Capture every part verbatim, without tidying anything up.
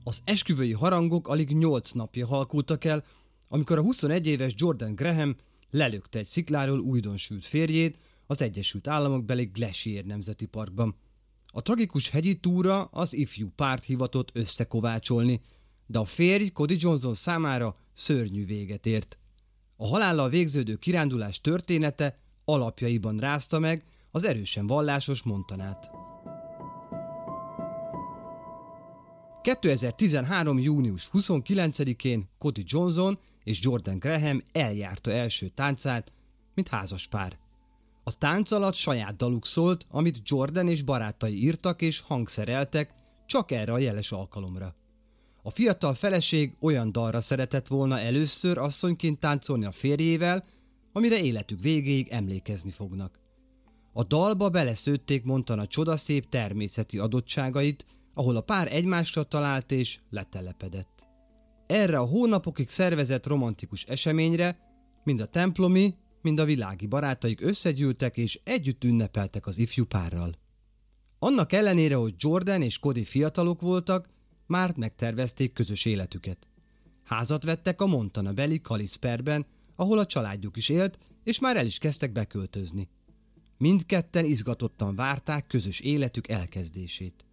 Az esküvői harangok alig nyolc napja halkultak el, amikor a huszonegy éves Jordan Graham lelökte egy szikláról újdonsült férjét az Egyesült Államok beli Glacier Nemzeti Parkban. A tragikus hegyi túra az ifjú párt hivatott összekovácsolni, de a férj Cody Johnson számára szörnyű véget ért. A halállal végződő kirándulás története alapjaiban rázta meg az erősen vallásos Montanát. kétezer-tizenhárom. június huszonkilencedikén Cody Johnson és Jordan Graham eljárta első táncát, mint házas pár. A tánc alatt saját daluk szólt, amit Jordan és barátai írtak és hangszereltek csak erre a jeles alkalomra. A fiatal feleség olyan dalra szeretett volna először asszonyként táncolni a férjével, amire életük végéig emlékezni fognak. A dalba beleszőtték Montana csodaszép természeti adottságait, ahol a pár egymásra talált és letelepedett. Erre a hónapokig szervezett romantikus eseményre mind a templomi, mind a világi barátaik összegyűltek és együtt ünnepeltek az ifjú párral. Annak ellenére, hogy Jordan és Cody fiatalok voltak, már megtervezték közös életüket. Házat vettek a Montana beli Kalispere-ben, ahol a családjuk is élt, és már el is kezdtek beköltözni. Mindketten izgatottan várták közös életük elkezdését.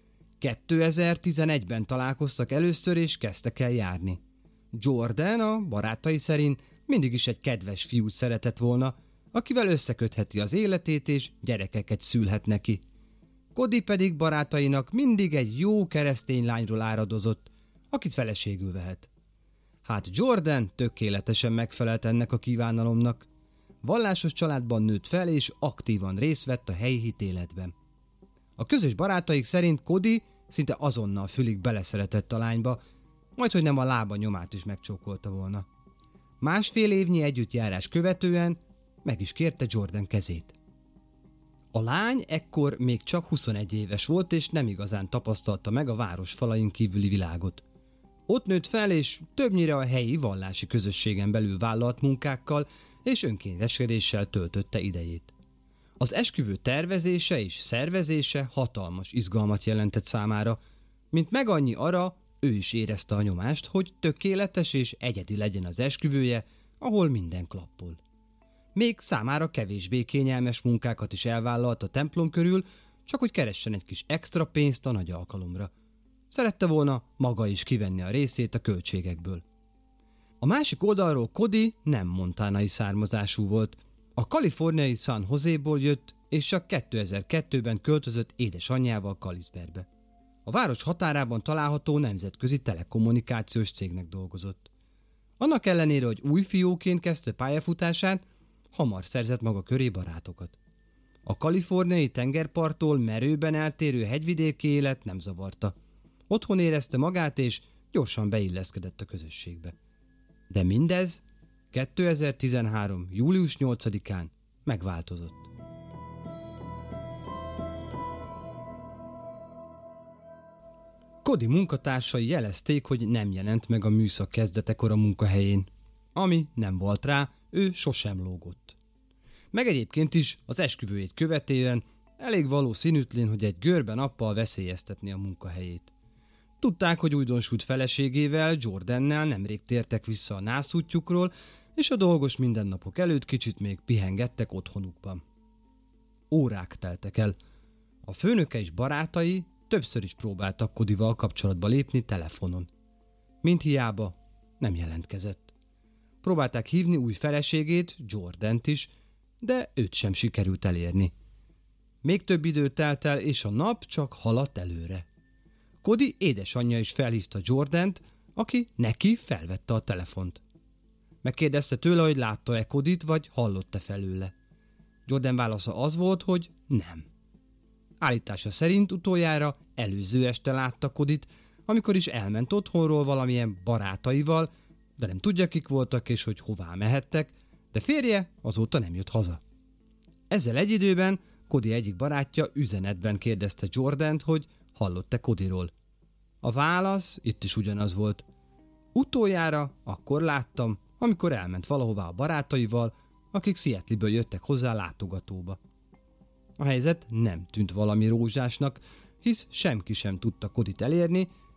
kétezer-tizenegyben találkoztak először és kezdtek el járni. Jordan a barátai szerint mindig is egy kedves fiút szeretett volna, akivel összekötheti az életét és gyerekeket szülhet neki. Cody pedig barátainak mindig egy jó keresztény lányról áradozott, akit feleségül vehet. Hát Jordan tökéletesen megfelelt ennek a kívánalomnak. Vallásos családban nőtt fel és aktívan részt vett a helyi hitéletben. A közös barátaik szerint Cody szinte azonnal fülig beleszeretett a lányba, majdhogy nem a lába nyomát is megcsókolta volna. Másfél évnyi együttjárás követően meg is kérte Jordan kezét. A lány ekkor még csak huszonegy éves volt, és nem igazán tapasztalta meg a város falain kívüli világot. Ott nőtt fel, és többnyire a helyi vallási közösségen belül vállalt munkákkal és önkénteskedéssel töltötte idejét. Az esküvő tervezése és szervezése hatalmas izgalmat jelentett számára, mint meg annyi arra, ő is érezte a nyomást, hogy tökéletes és egyedi legyen az esküvője, ahol minden klappol. Még számára kevésbé kényelmes munkákat is elvállalt a templom körül, csak hogy keressen egy kis extra pénzt a nagy alkalomra. Szerette volna maga is kivenni a részét a költségekből. A másik oldalról Cody nem montanai származású volt. A kaliforniai San Joséból jött, és csak kétezer-kettőben költözött édesanyjával Kalispere-be. A város határában található nemzetközi telekommunikációs cégnek dolgozott. Annak ellenére, hogy új fiúként kezdte pályafutását, hamar szerzett maga köré barátokat. A kaliforniai tengerparttól merőben eltérő hegyvidéki élet nem zavarta. Otthon érezte magát, és gyorsan beilleszkedett a közösségbe. De mindez kétezer-tizenhárom. július nyolcadikán megváltozott. Cody munkatársai jelezték, hogy nem jelent meg a műszak kezdetekor a munkahelyén. Ami nem volt rá, ő sosem lógott. Meg egyébként is az esküvőjét követően elég valószínűtlen, hogy egy görbe nappal veszélyeztetni a munkahelyét. Tudták, hogy újdonsült feleségével, Jordannel nemrég tértek vissza a nászútjukról, és a dolgos mindennapok előtt kicsit még pihengettek otthonukban. Órák teltek el. A főnöke és barátai többször is próbáltak Codyval kapcsolatba lépni telefonon. Mind hiába nem jelentkezett. Próbálták hívni új feleségét, Jordant is, de őt sem sikerült elérni. Még több idő telt el, és a nap csak haladt előre. Cody édesanyja is felhívta Jordant, aki neki felvette a telefont. Megkérdezte tőle, hogy látta-e Codyt, vagy hallott-e felőle. Jordan válasza az volt, hogy nem. Állítása szerint utoljára előző este látta Codyt, amikor is elment otthonról valamilyen barátaival, de nem tudja, kik voltak és hogy hová mehettek, de férje azóta nem jött haza. Ezzel egy időben Cody egyik barátja üzenetben kérdezte Jordant, hogy hallott-e Codyról. A válasz itt is ugyanaz volt. Utoljára akkor láttam, amikor elment valahová a barátaival, akik Seattle-ből jöttek hozzá látogatóba. A helyzet nem tűnt valami rózsásnak, hisz semki sem tudta Codyt elérni,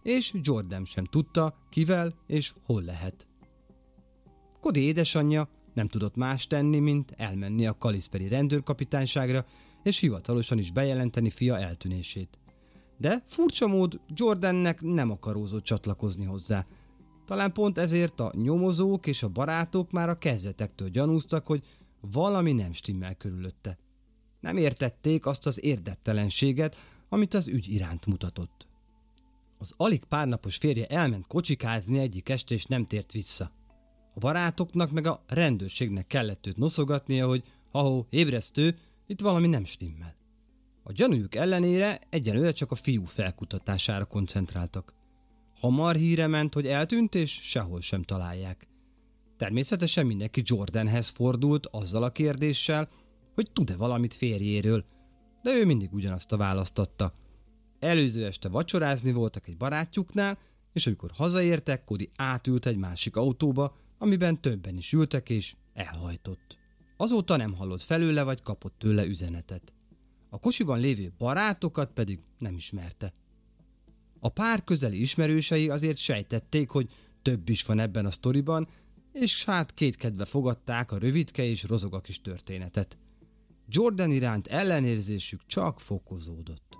és Jordan sem tudta, kivel és hol lehet. Cody édesanyja nem tudott más tenni, mint elmenni a Kalisperi rendőrkapitányságra, és hivatalosan is bejelenteni fia eltűnését. De furcsa mód Jordannek nem akarózott csatlakozni hozzá. Talán pont ezért a nyomozók és a barátok már a kezdetektől gyanúztak, hogy valami nem stimmel körülötte. Nem értették azt az érdektelenséget, amit az ügy iránt mutatott. Az alig pár napos férje elment kocsikázni egyik este, és nem tért vissza. A barátoknak meg a rendőrségnek kellett őt noszogatnia, hogy ha-hó, ébresztő, itt valami nem stimmel. A gyanújuk ellenére egyelőre csak a fiú felkutatására koncentráltak. Hamar híre ment, hogy eltűnt, és sehol sem találják. Természetesen mindenki Jordanhez fordult azzal a kérdéssel, hogy tud-e valamit férjéről, de ő mindig ugyanazt a választ adta. Előző este vacsorázni voltak egy barátjuknál, és amikor hazaértek, Cody átült egy másik autóba, amiben többen is ültek, és elhajtott. Azóta nem hallott felőle, vagy kapott tőle üzenetet. A kocsiban lévő barátokat pedig nem ismerte. A pár közeli ismerősei azért sejtették, hogy több is van ebben a sztoriban, és hát kétkedve fogadták a rövidke és rozog a kis történetet. Jordan iránt ellenérzésük csak fokozódott.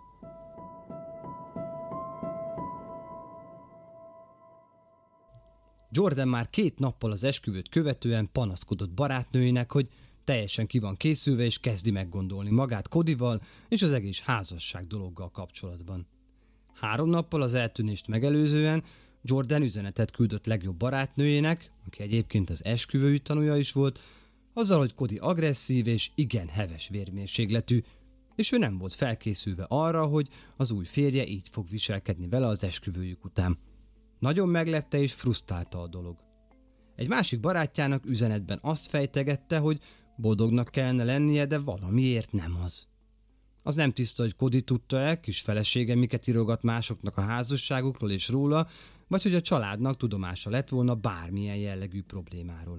Jordan már két nappal az esküvőt követően panaszkodott barátnőinek, hogy teljesen ki van készülve, és kezdi meggondolni magát Codyval és az egész házasság dologgal kapcsolatban. Három nappal az eltűnést megelőzően Jordan üzenetet küldött legjobb barátnőjének, aki egyébként az esküvői tanúja is volt, azzal, hogy Cody agresszív és igen heves vérmérsékletű, és ő nem volt felkészülve arra, hogy az új férje így fog viselkedni vele az esküvőjük után. Nagyon meglepte és frusztrálta a dolog. Egy másik barátjának üzenetben azt fejtegette, hogy boldognak kellene lennie, de valamiért nem az. Az nem tiszta, hogy Cody tudta-e, kis felesége miket írogat másoknak a házasságukról és róla, vagy hogy a családnak tudomása lett volna bármilyen jellegű problémáról.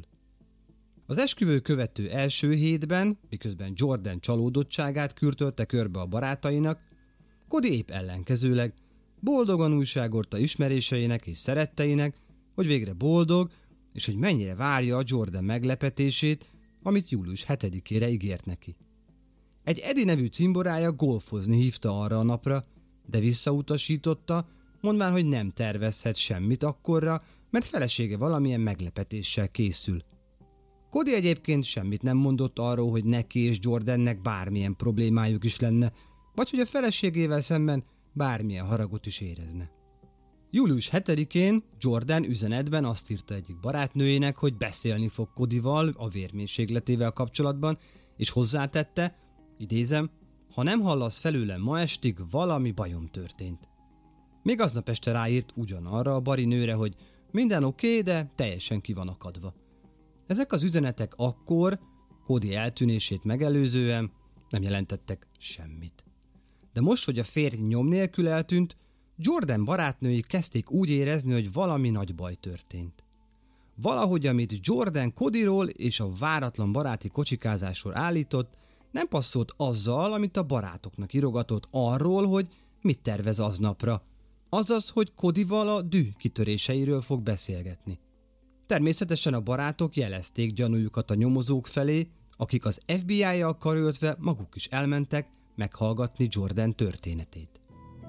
Az esküvő követő első hétben, miközben Jordan csalódottságát kürtölte körbe a barátainak, Cody épp ellenkezőleg boldogan újságolta ismeréseinek és szeretteinek, hogy végre boldog, és hogy mennyire várja a Jordan meglepetését, amit július hetedikére ígért neki. Egy Eddie nevű cimborája golfozni hívta arra a napra, de visszautasította, mondván, hogy nem tervezhet semmit akkorra, mert felesége valamilyen meglepetéssel készül. Cody egyébként semmit nem mondott arról, hogy neki és Jordannek bármilyen problémájuk is lenne, vagy hogy a feleségével szemben bármilyen haragot is érezne. július hetedikén Jordan üzenetben azt írta egyik barátnőjének, hogy beszélni fog Codyval a vérmérsékletével kapcsolatban, és hozzátette, idézem, ha nem hallasz felőlem ma estig, valami bajom történt. Még aznap este ráírt ugyanarra a bari nőre, hogy minden oké, okay, de teljesen ki van akadva. Ezek az üzenetek akkor, Cody eltűnését megelőzően nem jelentettek semmit. De most, hogy a férj nyom nélkül eltűnt, Jordan barátnői kezdték úgy érezni, hogy valami nagy baj történt. Valahogy, amit Jordan Codyról és a váratlan baráti kocsikázásról állított, nem passzolt azzal, amit a barátoknak írogatott arról, hogy mit tervez aznapra, azaz, hogy Codyval a düh kitöréseiről fog beszélgetni. Természetesen a barátok jelezték gyanújukat a nyomozók felé, akik az ef bé í-jal karöltve maguk is elmentek meghallgatni Jordan történetét.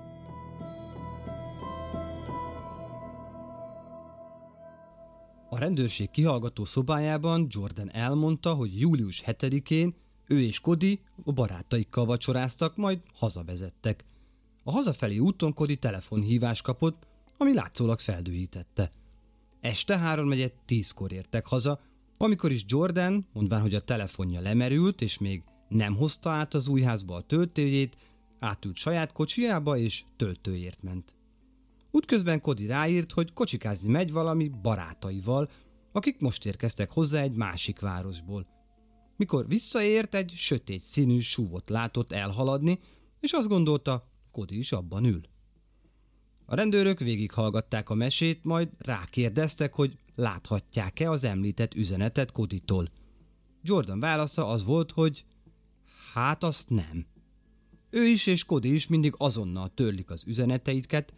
A rendőrség kihallgató szobájában Jordan elmondta, hogy július hetedikén ő és Cody a barátaikkal vacsoráztak, majd hazavezettek. A hazafelé úton Cody telefonhívást kapott, ami látszólag feldühítette. Este háromnegyed tízkor értek haza, amikor is Jordan, mondván, hogy a telefonja lemerült, és még nem hozta át az új házba a töltőjét, átült saját kocsijába, és töltőért ment. Útközben Cody ráírt, hogy kocsikázni megy valami barátaival, akik most érkeztek hozzá egy másik városból. Mikor visszaért, egy sötét színű súvot látott elhaladni, és azt gondolta, Cody is abban ül. A rendőrök végighallgatták a mesét, majd rákérdeztek, hogy láthatják-e az említett üzenetet Codytól. Jordan válasza az volt, hogy hát azt nem. Ő is és Cody is mindig azonnal törlik az üzeneteiket,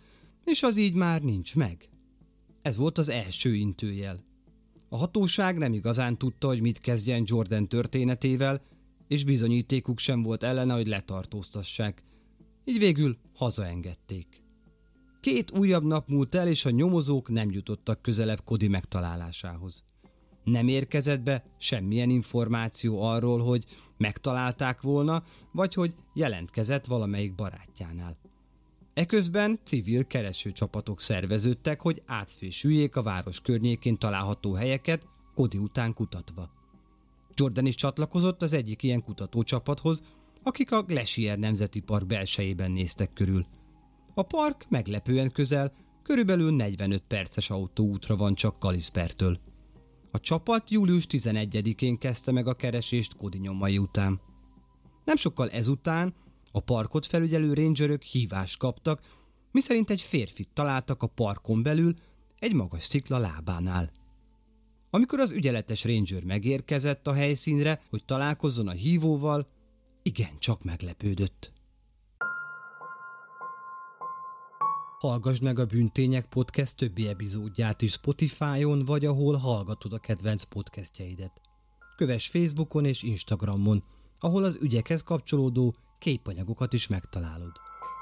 és az így már nincs meg. Ez volt az első intőjel. A hatóság nem igazán tudta, hogy mit kezdjen Jordan történetével, és bizonyítékuk sem volt ellene, hogy letartóztassák. Így végül hazaengedték. Két újabb nap múlt el, és a nyomozók nem jutottak közelebb Cody megtalálásához. Nem érkezett be semmilyen információ arról, hogy megtalálták volna, vagy hogy jelentkezett valamelyik barátjánál. Eközben civil keresőcsapatok szerveződtek, hogy átfésüljék a város környékén található helyeket, Cody után kutatva. Jordan is csatlakozott az egyik ilyen kutatócsapathoz, akik a Glacier Nemzeti Park belsejében néztek körül. A park meglepően közel, körülbelül negyvenöt perces autóútra van csak Kaliszpertől. A csapat július tizenegyedikén kezdte meg a keresést Cody nyomai után. Nem sokkal ezután a parkot felügyelő rangerök hívást kaptak, miszerint egy férfit találtak a parkon belül egy magas szikla lábánál. Amikor az ügyeletes ranger megérkezett a helyszínre, hogy találkozzon a hívóval, igencsak meglepődött. Hallgassd meg a Bűntények Podcast többi epizódját is Spotify-on, vagy ahol hallgatod a kedvenc podcastjeidet. Kövess Facebookon és Instagramon, ahol az ügyekhez kapcsolódó képanyagokat is megtalálod.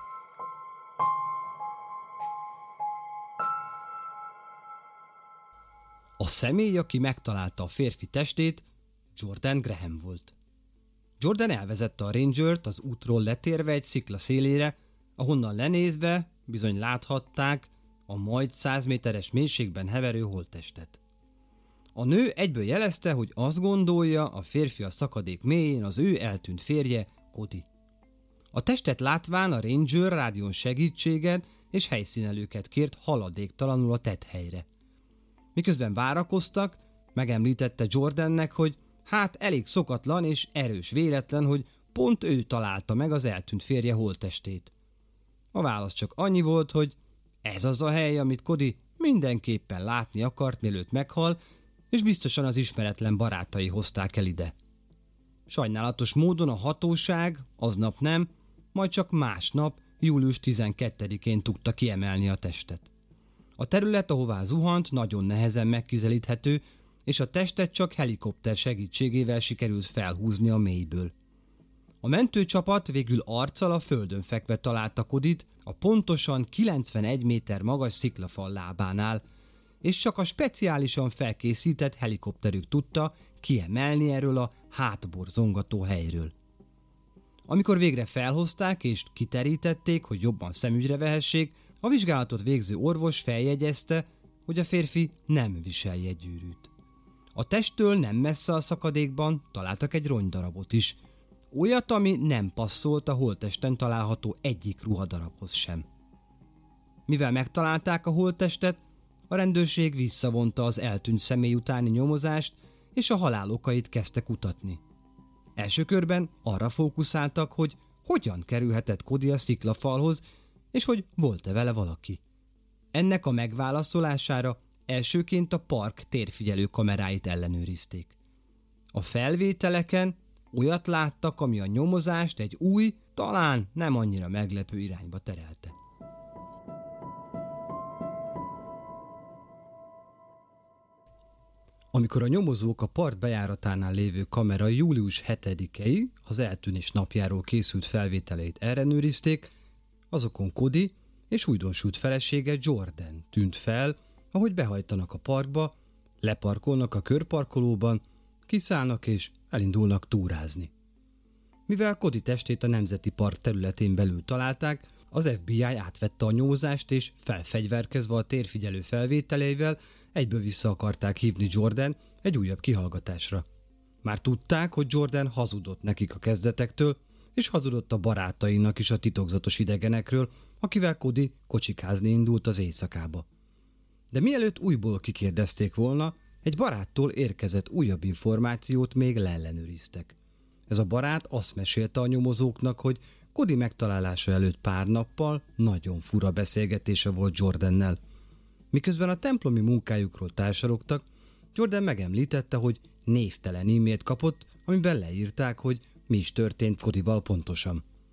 A személy, aki megtalálta a férfi testét, Jordan Graham volt. Jordan elvezette a rangert az útról letérve egy szikla szélére, ahonnan lenézve bizony láthatták a majd száz méteres mélységben heverő holttestet. A nő egyből jelezte, hogy azt gondolja, a férfi a szakadék mélyén az ő eltűnt férje, Cody. A testet látván a ranger rádión segítséget és helyszínelőket kért haladéktalanul a tetthelyre. Miközben várakoztak, megemlítette Jordannek, hogy hát elég szokatlan és erős véletlen, hogy pont ő találta meg az eltűnt férje holttestét. A válasz csak annyi volt, hogy ez az a hely, amit Cody mindenképpen látni akart, mielőtt meghal, és biztosan az ismeretlen barátai hozták el ide. Sajnálatos módon a hatóság aznap nem, majd csak másnap, július tizenkettedikén tudta kiemelni a testet. A terület, ahová zuhant, nagyon nehezen megközelíthető, és a testet csak helikopter segítségével sikerült felhúzni a mélyből. A mentőcsapat végül arccal a földön fekve találta Codyt a pontosan kilencvenegy méter magas sziklafal lábánál, és csak a speciálisan felkészített helikopterük tudta kiemelni erről a hátborzongató helyről. Amikor végre felhozták és kiterítették, hogy jobban szemügyre vehessék, a vizsgálatot végző orvos feljegyezte, hogy a férfi nem visel jegyűrűt. A testtől nem messze a szakadékban találtak egy rongydarabot is, olyat, ami nem passzolt a holttesten található egyik ruhadarabhoz sem. Mivel megtalálták a holttestet, a rendőrség visszavonta az eltűnt személy utáni nyomozást, és a halál okait kezdte kutatni. Első körben arra fókuszáltak, hogy hogyan kerülhetett Cody a sziklafalhoz, és hogy volt-e vele valaki. Ennek a megválaszolására elsőként a park térfigyelő kameráit ellenőrizték. A felvételeken olyat láttak, ami a nyomozást egy új, talán nem annyira meglepő irányba terelte. Amikor a nyomozók a park bejáratánál lévő kamera július hetedikei, az eltűnés napjáról készült felvételeit ellenőrizték, azokon Cody és újdonsült felesége Jordan tűnt fel, ahogy behajtanak a parkba, leparkolnak a körparkolóban, kiszállnak és elindulnak túrázni. Mivel Cody testét a Nemzeti Park területén belül találták, az ef bé i átvette a nyomozást, és felfegyverkezve a térfigyelő felvételeivel egyből vissza akarták hívni Jordan egy újabb kihallgatásra. Már tudták, hogy Jordan hazudott nekik a kezdetektől, és hazudott a barátainak is a titokzatos idegenekről, akivel Cody kocsikázni indult az éjszakába. De mielőtt újból kikérdezték volna, egy baráttól érkezett újabb információt még leellenőriztek. Ez a barát azt mesélte a nyomozóknak, hogy Cody megtalálása előtt pár nappal nagyon fura beszélgetése volt Jordannel. Miközben a templomi munkájukról társalogtak, Jordan megemlítette, hogy névtelen e-mailt kapott, amiben leírták, hogy mi is történt Codyval pontosan.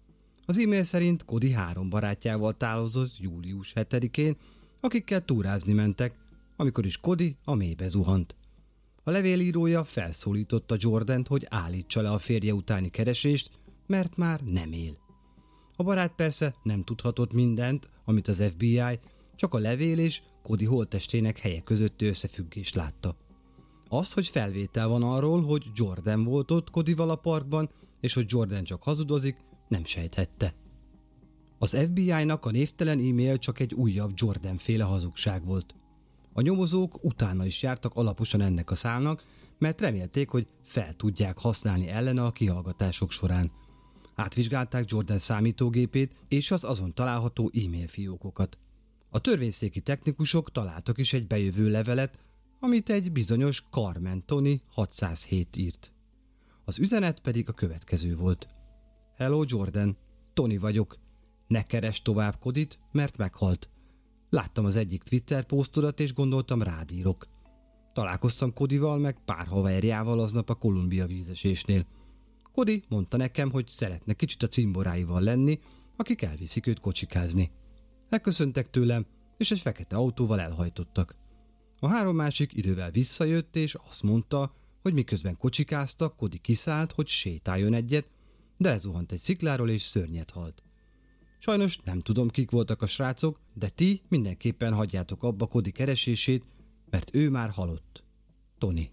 Az e-mail szerint Cody három barátjával távozott július hetedikén, akikkel túrázni mentek, amikor is Cody a mélybe zuhant. A levélírója felszólította Jordant, hogy állítsa le a férje utáni keresést, mert már nem él. A barát persze nem tudhatott mindent, amit az ef bé i, csak a levél és Cody holttestének helye közötti összefüggést látta. Az, hogy felvétel van arról, hogy Jordan volt ott Codyval a parkban, és hogy Jordan csak hazudozik, nem sejthette. Az ef bé i-nak a névtelen e-mail csak egy újabb Jordan-féle hazugság volt. A nyomozók utána is jártak alaposan ennek a szálnak, mert remélték, hogy fel tudják használni ellene a kihallgatások során. Átvizsgálták Jordan számítógépét és az azon található e-mail fiókokat. A törvényszéki technikusok találtak is egy bejövő levelet, amit egy bizonyos Carmen Tony hatszázhét írt. Az üzenet pedig a következő volt. Hello Jordan, Tony vagyok. Ne keresd tovább Codyt, mert meghalt. Láttam az egyik Twitter posztodat és gondoltam rád írok. Találkoztam Codyval meg pár haverjával aznap a Columbia vízesésnél. Cody mondta nekem, hogy szeretne kicsit a cimboráival lenni, akik elviszik őt kocsikázni. Elköszöntek tőlem, és egy fekete autóval elhajtottak. A három másik idővel visszajött, és azt mondta, hogy miközben kocsikáztak, Cody kiszállt, hogy sétáljon egyet, de lezuhant egy szikláról és szörnyet halt. Sajnos nem tudom, kik voltak a srácok, de ti mindenképpen hagyjátok abba Cody keresését, mert ő már halott. Tony.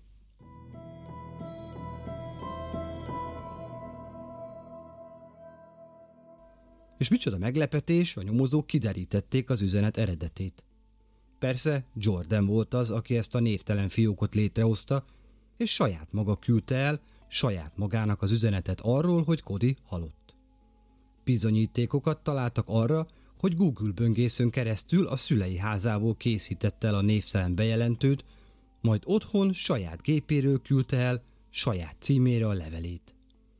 És micsoda meglepetés, a nyomozók kiderítették az üzenet eredetét. Persze Jordan volt az, aki ezt a névtelen fiókot létrehozta, és saját maga küldte el saját magának az üzenetet arról, hogy Cody halott. Bizonyítékokat találtak arra, hogy Google böngészőn keresztül a szülei házából készítette el a névtelen bejelentőt, majd otthon saját gépéről küldte el saját címére a levelét.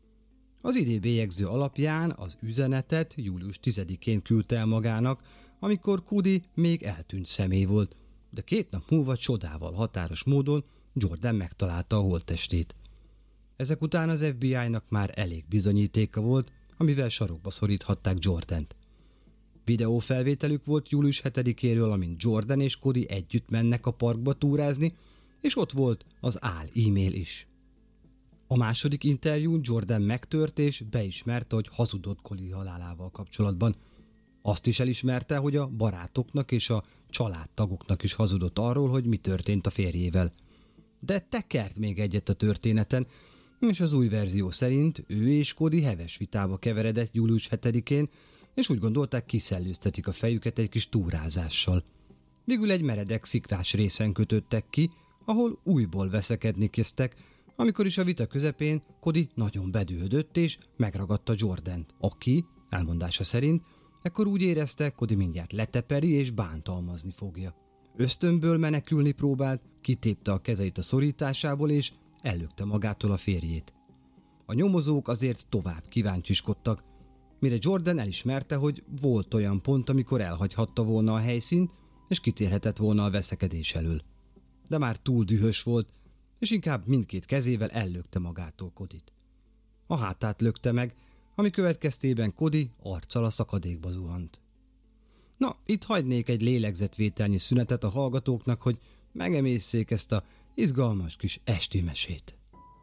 Az idé bélyegző alapján az üzenetet július tizedikén küldte el magának, amikor Cody még eltűnt személy volt, de két nap múlva csodával határos módon Jordan megtalálta a holttestét. Ezek után az ef bé i-nak már elég bizonyítéka volt, amivel sarokba szoríthatták Jordant. Videófelvételük volt július hetedikéről, amint Jordan és Cody együtt mennek a parkba túrázni, és ott volt az áll e-mail is. A második interjún Jordan megtört és beismerte, hogy hazudott Cody halálával kapcsolatban. Azt is elismerte, hogy a barátoknak és a családtagoknak is hazudott arról, hogy mi történt a férjével. De tekert még egyet a történeten, és az új verzió szerint ő és Cody heves vitába keveredett július hetedikén, és úgy gondolták, kiszellőztetik a fejüket egy kis túrázással. Végül egy meredek sziklás részen kötöttek ki, ahol újból veszekedni kezdtek, amikor is a vita közepén Cody nagyon bedühödött és megragadta Jordant, aki, elmondása szerint, ekkor úgy érezte, Cody mindjárt leteperi és bántalmazni fogja. Ösztönből menekülni próbált, kitépte a kezeit a szorításából és ellökte magától a férjét. A nyomozók azért tovább kíváncsiskodtak, mire Jordan elismerte, hogy volt olyan pont, amikor elhagyhatta volna a helyszínt, és kitérhetett volna a veszekedés elől. De már túl dühös volt, és inkább mindkét kezével ellökte magától Codyt. A hátát lökte meg, ami következtében Cody arccal a szakadékba zuhant. Na, itt hagynék egy lélegzetvételnyi szünetet a hallgatóknak, hogy megemészszék ezt a izgalmas kis esti mesét.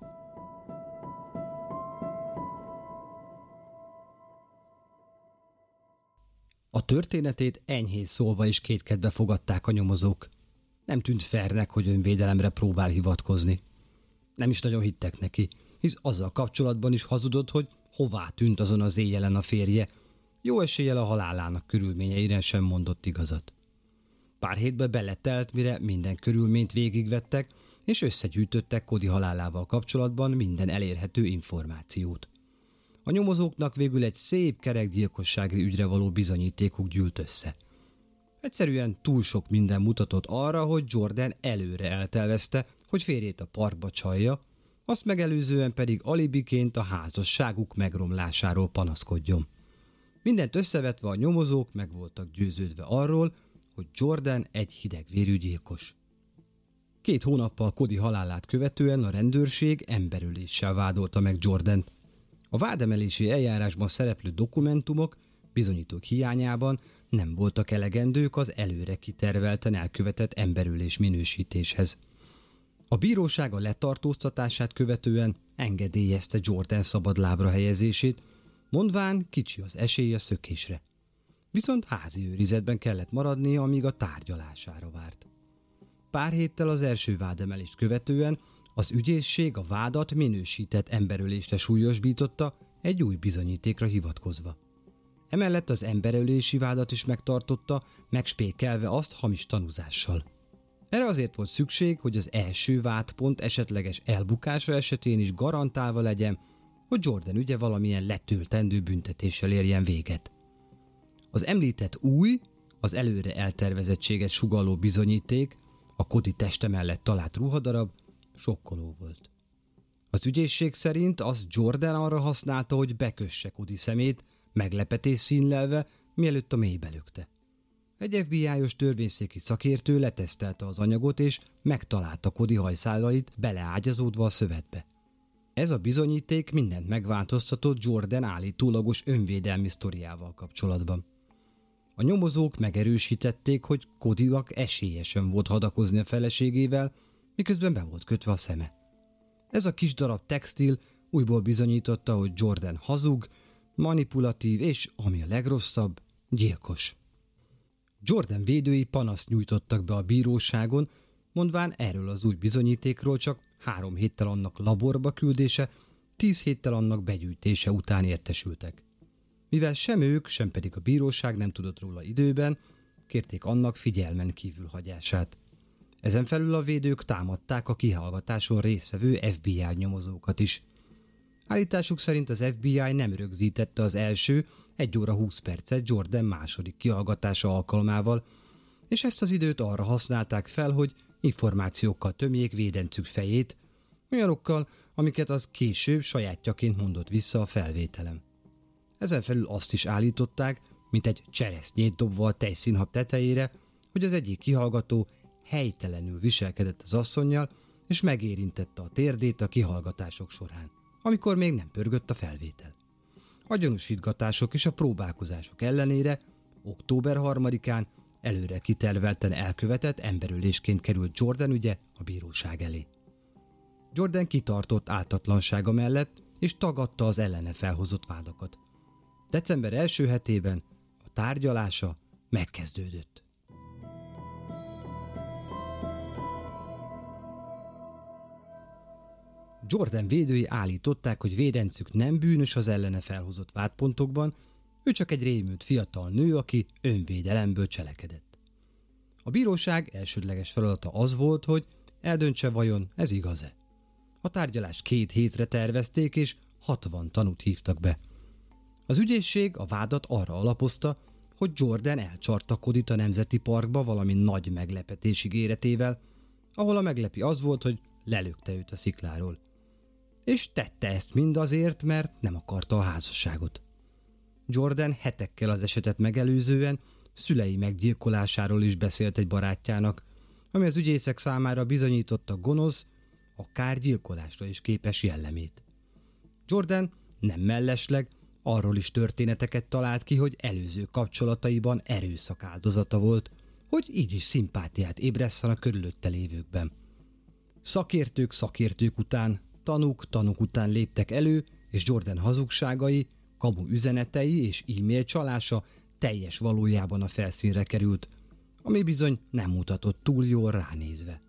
A történetét enyhén szólva is kétkedve fogadták a nyomozók. Nem tűnt fairnek, hogy önvédelemre próbál hivatkozni. Nem is nagyon hittek neki, hisz azzal kapcsolatban is hazudott, hogy hová tűnt azon az éjjelen a férje. Jó eséllyel a halálának körülményeire sem mondott igazat. Pár hétbe beletelt, mire minden körülményt végigvettek, és összegyűjtöttek Cody halálával kapcsolatban minden elérhető információt. A nyomozóknak végül egy szép kerekgyilkossági ügyre való bizonyítékuk gyűlt össze. Egyszerűen túl sok minden mutatott arra, hogy Jordan előre eltelvezte, hogy férjét a parkba csalja, azt megelőzően pedig alibiként a házasságuk megromlásáról panaszkodjon. Mindent összevetve a nyomozók meg voltak győződve arról, hogy Jordan egy hidegvérű gyilkos. Két hónappal Cody halálát követően a rendőrség emberöléssel vádolta meg Jordant. A vádemelési eljárásban szereplő dokumentumok bizonyítók hiányában nem voltak elegendők az előre kitervelten elkövetett emberölés minősítéshez. A bíróság a letartóztatását követően engedélyezte Jordan szabadlábra helyezését, mondván kicsi az esély a szökésre. Viszont házi őrizetben kellett maradnia, amíg a tárgyalására várt. Pár héttel az első vádemelést követően az ügyészség a vádat minősített emberölésre súlyosbította egy új bizonyítékra hivatkozva. Emellett az emberölési vádat is megtartotta, megspékelve azt hamis tanúzással. Erre azért volt szükség, hogy az első vádpont esetleges elbukása esetén is garantálva legyen, hogy Jordan ügye valamilyen letöltendő büntetéssel érjen véget. Az említett új, az előre eltervezettséget sugalló bizonyíték, a Cody teste mellett talált ruhadarab sokkoló volt. Az ügyészség szerint azt Jordan arra használta, hogy bekösse Cody szemét, meglepetés színlelve, mielőtt a mélybe lökte. Egy ef bé i-os törvényszéki szakértő letesztelte az anyagot, és megtalálta Cody hajszálait beleágyazódva a szövetbe. Ez a bizonyíték mindent megváltoztatott Jordan állítólagos önvédelmi sztoriával kapcsolatban. A nyomozók megerősítették, hogy Codynak esélyesen volt hadakozni a feleségével, miközben be volt kötve a szeme. Ez a kis darab textil újból bizonyította, hogy Jordan hazug, manipulatív és, ami a legrosszabb, gyilkos. Jordan védői panaszt nyújtottak be a bíróságon, mondván erről az új bizonyítékról csak három héttel annak laborba küldése, tíz héttel annak begyűjtése után értesültek. Mivel sem ők, sem pedig a bíróság nem tudott róla időben, kérték annak figyelmen kívül hagyását. Ezen felül a védők támadták a kihallgatáson résztvevő ef bé i nyomozókat is. Állításuk szerint az ef bé i nem rögzítette az első egy óra húsz percet Jordan második kihallgatása alkalmával, és ezt az időt arra használták fel, hogy információkkal tömjék védencük fejét, olyanokkal, amiket az később sajátjaként mondott vissza a felvételem. Ezen felül azt is állították, mint egy cseresznyét dobva a tejszínhab tetejére, hogy az egyik kihallgató helytelenül viselkedett az asszonnyal, és megérintette a térdét a kihallgatások során, amikor még nem pörgött a felvétel. A gyanúsítgatások és a próbálkozások ellenére október harmadikán előre kitervelten elkövetett emberölésként került Jordan ügye a bíróság elé. Jordan kitartott ártatlansága mellett, és tagadta az ellene felhozott vádakat. December első hetében a tárgyalása megkezdődött. Jordan védői állították, hogy védencük nem bűnös az ellene felhozott vádpontokban, ő csak egy rémült fiatal nő, aki önvédelemből cselekedett. A bíróság elsődleges feladata az volt, hogy eldöntse, vajon ez igaz-e. A tárgyalást két hétre tervezték, és hatvan tanút hívtak be. Az ügyészség a vádat arra alapozta, hogy Jordan elcsarta Codyt a Nemzeti Parkba valami nagy meglepetés ígéretével, ahol a meglepi az volt, hogy lelökte őt a szikláról. És tette ezt mind azért, mert nem akarta a házasságot. Jordan hetekkel az esetet megelőzően szülei meggyilkolásáról is beszélt egy barátjának, ami az ügyészek számára bizonyította gonosz, akár gyilkolásra is képes jellemét. Jordan nem mellesleg arról is történeteket talált ki, hogy előző kapcsolataiban erőszak áldozata volt, hogy így is szimpátiát ébresszen a körülötte lévőkben. Szakértők szakértők után, tanúk tanúk után léptek elő, és Jordan hazugságai, kamu üzenetei és e-mail csalása teljes valójában a felszínre került, ami bizony nem mutatott túl jól ránézve.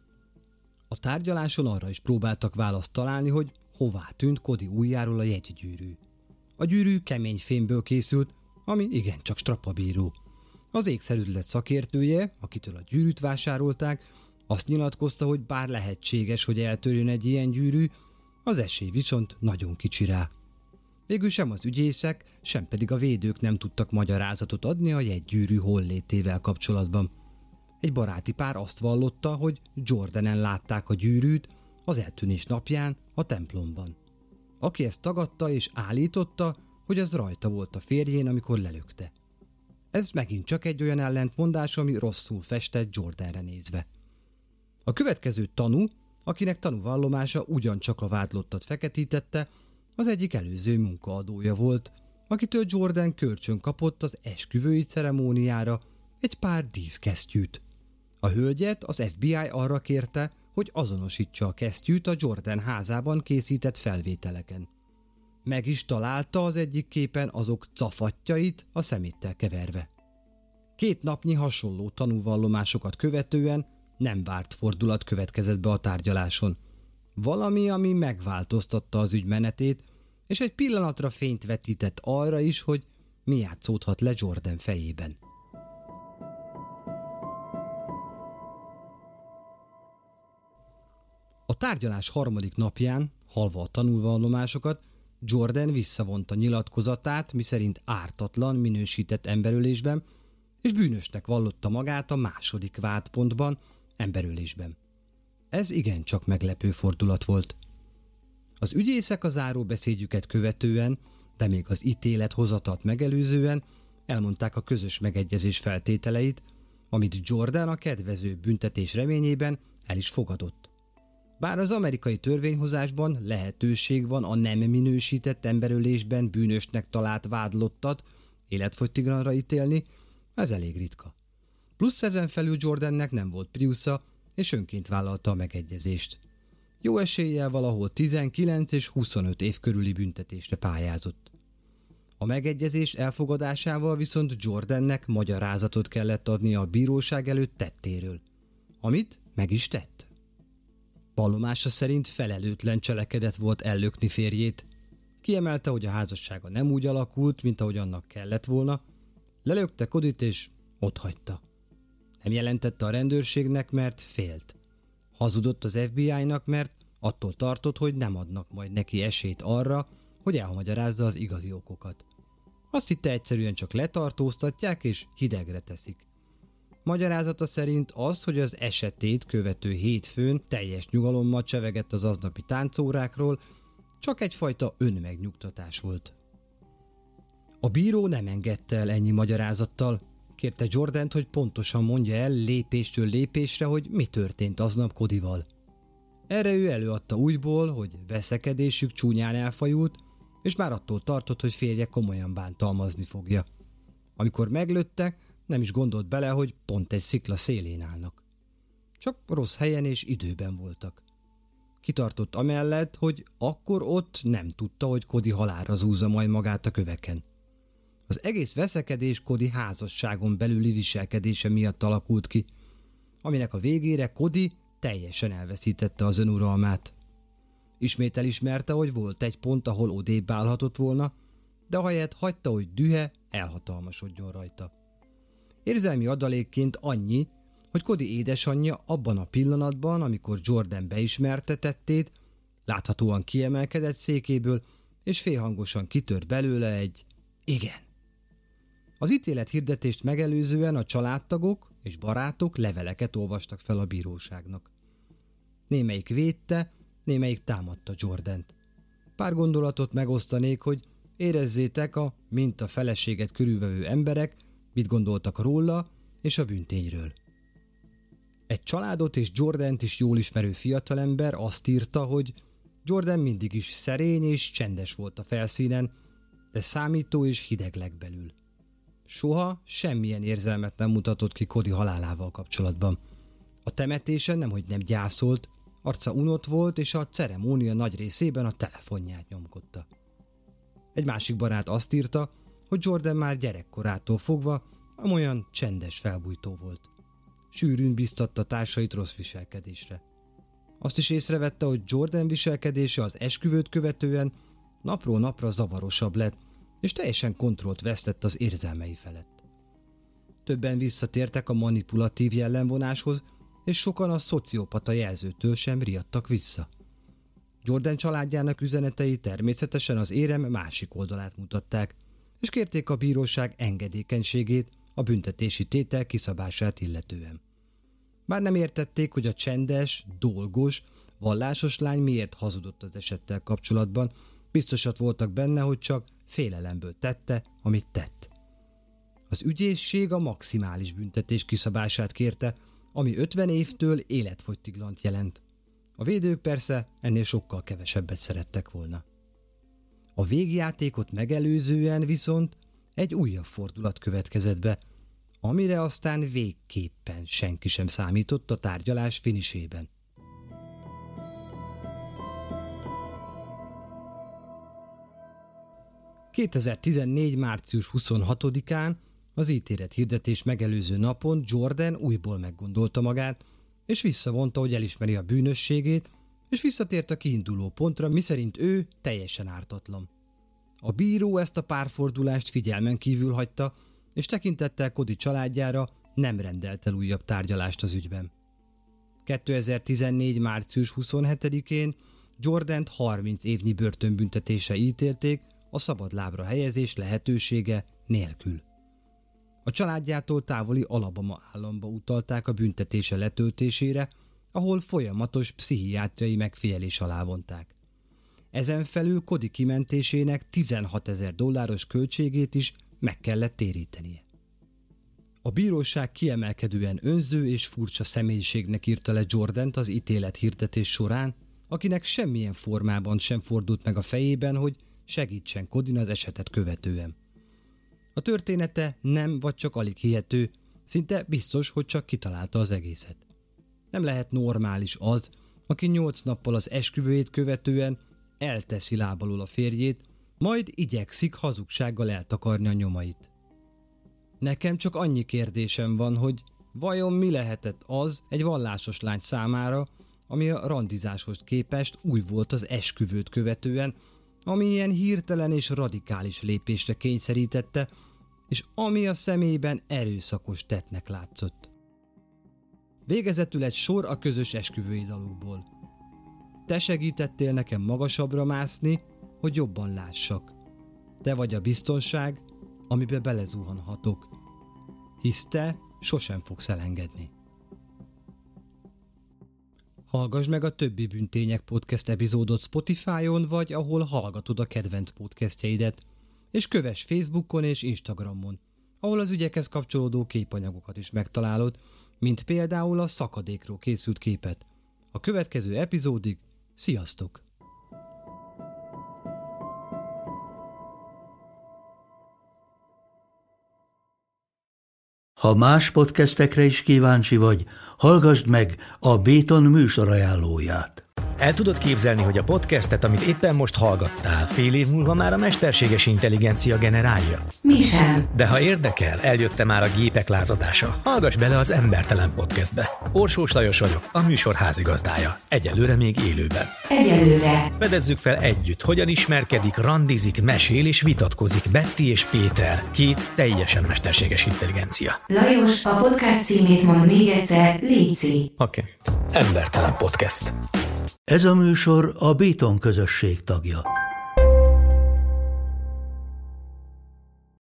A tárgyaláson arra is próbáltak választ találni, hogy hová tűnt Cody ujjáról a jegygyűrű. A gyűrű kemény fémből készült, ami igencsak strapabíró. Az ékszerüzlet szakértője, akitől a gyűrűt vásárolták, azt nyilatkozta, hogy bár lehetséges, hogy eltörjön egy ilyen gyűrű, az esély viszont nagyon kicsi rá. Végül sem az ügyészek, sem pedig a védők nem tudtak magyarázatot adni a jegygyűrű hollétével kapcsolatban. Egy baráti pár azt vallotta, hogy Jordanen látták a gyűrűt az eltűnés napján a templomban. Aki ezt tagadta és állította, hogy az rajta volt a férjén, amikor lelökte. Ez megint csak egy olyan ellentmondás, ami rosszul festett Jordanre nézve. A következő tanú, akinek tanúvallomása ugyancsak a vádlottat feketítette, Az egyik előző munkaadója volt, akitől Jordan kölcsön kapott az esküvői ceremóniára egy pár díszkesztyűt. A hölgyet az ef bé i arra kérte, hogy azonosítsa a kesztyűt a Jordan házában készített felvételeken. Meg is találta az egyik képen azok cafatjait a szeméttel keverve. Két napnyi hasonló tanúvallomásokat követően nem várt fordulat következett be a tárgyaláson. Valami, ami megváltoztatta az ügy menetét, és egy pillanatra fényt vetített arra is, hogy mi játszódhat le Jordan fejében. A tárgyalás harmadik napján, hallva a tanúvallomásokat, Jordan visszavonta nyilatkozatát, miszerint ártatlan minősített emberölésben, és bűnösnek vallotta magát a második vádpontban, emberölésben. Ez igencsak meglepő fordulat volt. Az ügyészek a záróbeszédjüket követően, de még az ítélet hozatalt megelőzően elmondták a közös megegyezés feltételeit, amit Jordan a kedvező büntetés reményében el is fogadott. Bár az amerikai törvényhozásban lehetőség van a nem minősített emberölésben bűnösnek talált vádlottat életfogytiglanra ítélni, ez elég ritka. Plusz ezen felül Jordannek nem volt Priusza, és önként vállalta a megegyezést. Jó eséllyel valahol tizenkilenc és huszonöt év körüli büntetésre pályázott. A megegyezés elfogadásával viszont Jordannek magyarázatot kellett adnia a bíróság előtt tettéről, amit meg is tett. Vallomása szerint felelőtlen cselekedet volt ellökni férjét. Kiemelte, hogy a házassága nem úgy alakult, mint ahogy annak kellett volna. Lelökte Codit és otthagyta. Nem jelentette a rendőrségnek, mert félt. Hazudott az ef bé i-nak, mert attól tartott, hogy nem adnak majd neki esélyt arra, hogy elmagyarázza az igazi okokat. Azt hitte, egyszerűen csak letartóztatják és hidegre teszik. Magyarázata szerint az, hogy az esetét követő hétfőn teljes nyugalommal csevegett az aznapi táncórákról, csak egyfajta önmegnyugtatás volt. A bíró nem engedte el ennyi magyarázattal, kérte Jordant, hogy pontosan mondja el lépésről lépésre, hogy mi történt aznap Codival. Erre ő előadta újból, hogy veszekedésük csúnyán elfajult, és már attól tartott, hogy férje komolyan bántalmazni fogja. Amikor meglőtte, nem is gondolt bele, hogy pont egy szikla szélén állnak. Csak rossz helyen és időben voltak. Kitartott amellett, hogy akkor ott nem tudta, hogy Cody halálra zúzza majd magát a köveken. Az egész veszekedés Cody házasságon belüli viselkedése miatt alakult ki, aminek a végére Cody teljesen elveszítette az önuralmát. Ismét elismerte, hogy volt egy pont, ahol odébb állhatott volna, de ahelyett hagyta, hogy dühe elhatalmasodjon rajta. Érzelmi adalékként annyi, hogy Cody édesanyja abban a pillanatban, amikor Jordan beismerte tettét, láthatóan kiemelkedett székéből, és félhangosan kitört belőle egy igen. Az ítélet hirdetést megelőzően a családtagok és barátok leveleket olvastak fel a bíróságnak. Némelyik védte, némelyik támadta Jordant. Pár gondolatot megosztanék, hogy érezzétek a, mint a feleséget körülvevő emberek, mit gondoltak róla és a bűntényről. Egy családot és Jordant is jól ismerő fiatalember azt írta, hogy Jordan mindig is szerény és csendes volt a felszínen, de számító és hideg legbelül. Soha semmilyen érzelmet nem mutatott ki Cody halálával kapcsolatban. A temetésen nemhogy nem gyászolt, arca unott volt, és a ceremónia nagy részében a telefonját nyomkodta. Egy másik barát azt írta, hogy Jordan már gyerekkorától fogva amolyan csendes felbújtó volt. Sűrűn biztatta társait rossz viselkedésre. Azt is észrevette, hogy Jordan viselkedése az esküvőt követően napról napra zavarosabb lett, és teljesen kontrollt vesztett az érzelmei felett. Többen visszatértek a manipulatív jellemvonáshoz, és sokan a szociopata jelzőtől sem riadtak vissza. Jordan családjának üzenetei természetesen az érem másik oldalát mutatták, és kérték a bíróság engedékenységét a büntetési tétel kiszabását illetően. Bár nem értették, hogy a csendes, dolgos, vallásos lány miért hazudott az esettel kapcsolatban, biztosat voltak benne, hogy csak félelemből tette, amit tett. Az ügyészség a maximális büntetés kiszabását kérte, ami ötven évtől életfogytiglant jelent. A védők persze ennél sokkal kevesebbet szerettek volna. A végjátékot megelőzően viszont egy újabb fordulat következett be, amire aztán végképpen senki sem számított a tárgyalás finisében. kétezer-tizennégy. március huszonhatodikán, az ítélet-hirdetés megelőző napon Jordan újból meggondolta magát, és visszavonta, hogy elismeri a bűnösségét, és visszatért a kiinduló pontra, miszerint ő teljesen ártatlan. A bíró ezt a párfordulást figyelmen kívül hagyta, és tekintettel Cody családjára nem rendelt el újabb tárgyalást az ügyben. kétezer-tizennégy. március huszonhetedikén Jordant harminc évnyi börtönbüntetése ítélték a szabadlábra helyezés lehetősége nélkül. A családjától távoli Alabama államba utalták a büntetése letöltésére, ahol folyamatos pszichiátriai megfigyelés alá vonták. Ezen felül Cody kimentésének tizenhatezer dolláros költségét is meg kellett térítenie. A bíróság kiemelkedően önző és furcsa személyiségnek írta le Jordant az ítélet hirdetés során, akinek semmilyen formában sem fordult meg a fejében, hogy segítsen Codyn az esetet követően. A története nem vagy csak alig hihető, szinte biztos, hogy csak kitalálta az egészet. Nem lehet normális az, aki nyolc nappal az esküvőjét követően elteszi láb alól a férjét, majd igyekszik hazugsággal eltakarni a nyomait. Nekem csak annyi kérdésem van, hogy vajon mi lehetett az egy vallásos lány számára, ami a randizáshoz képest új volt az esküvőt követően, ami ilyen hirtelen és radikális lépésre kényszerítette, és ami a szemében erőszakos tettnek látszott. Végezetül egy sor a közös esküvői dalukból. Te segítettél nekem magasabbra mászni, hogy jobban lássak. Te vagy a biztonság, amibe belezuhanhatok. Hisz te sosem fogsz elengedni. Hallgass meg a többi Bűntények podcast epizódot Spotify-on, vagy ahol hallgatod a kedvenc podcastjeidet, és kövess Facebookon és Instagramon, ahol az ügyekhez kapcsolódó képanyagokat is megtalálod, mint például a szakadékról készült képet. A következő epizódig sziasztok! Ha más podcastekre is kíváncsi vagy, hallgassd meg a Béton műsor ajánlóját. El tudod képzelni, hogy a podcastet, amit éppen most hallgattál, fél év múlva már a mesterséges intelligencia generálja? Mi sem. De ha érdekel, eljött már a gépek lázadása. Hallgass bele az Embertelen podcastbe. Orsós Lajos vagyok, a műsor házigazdája. Egyelőre még élőben. Egyelőre. Fedezzük fel együtt, hogyan ismerkedik, randizik, mesél és vitatkozik Betty és Péter, két teljesen mesterséges intelligencia. Lajos, a podcast címét mond még egyszer, léci. Oké. Okay. Embertelen podcast. Ez a műsor a Béton közösség tagja.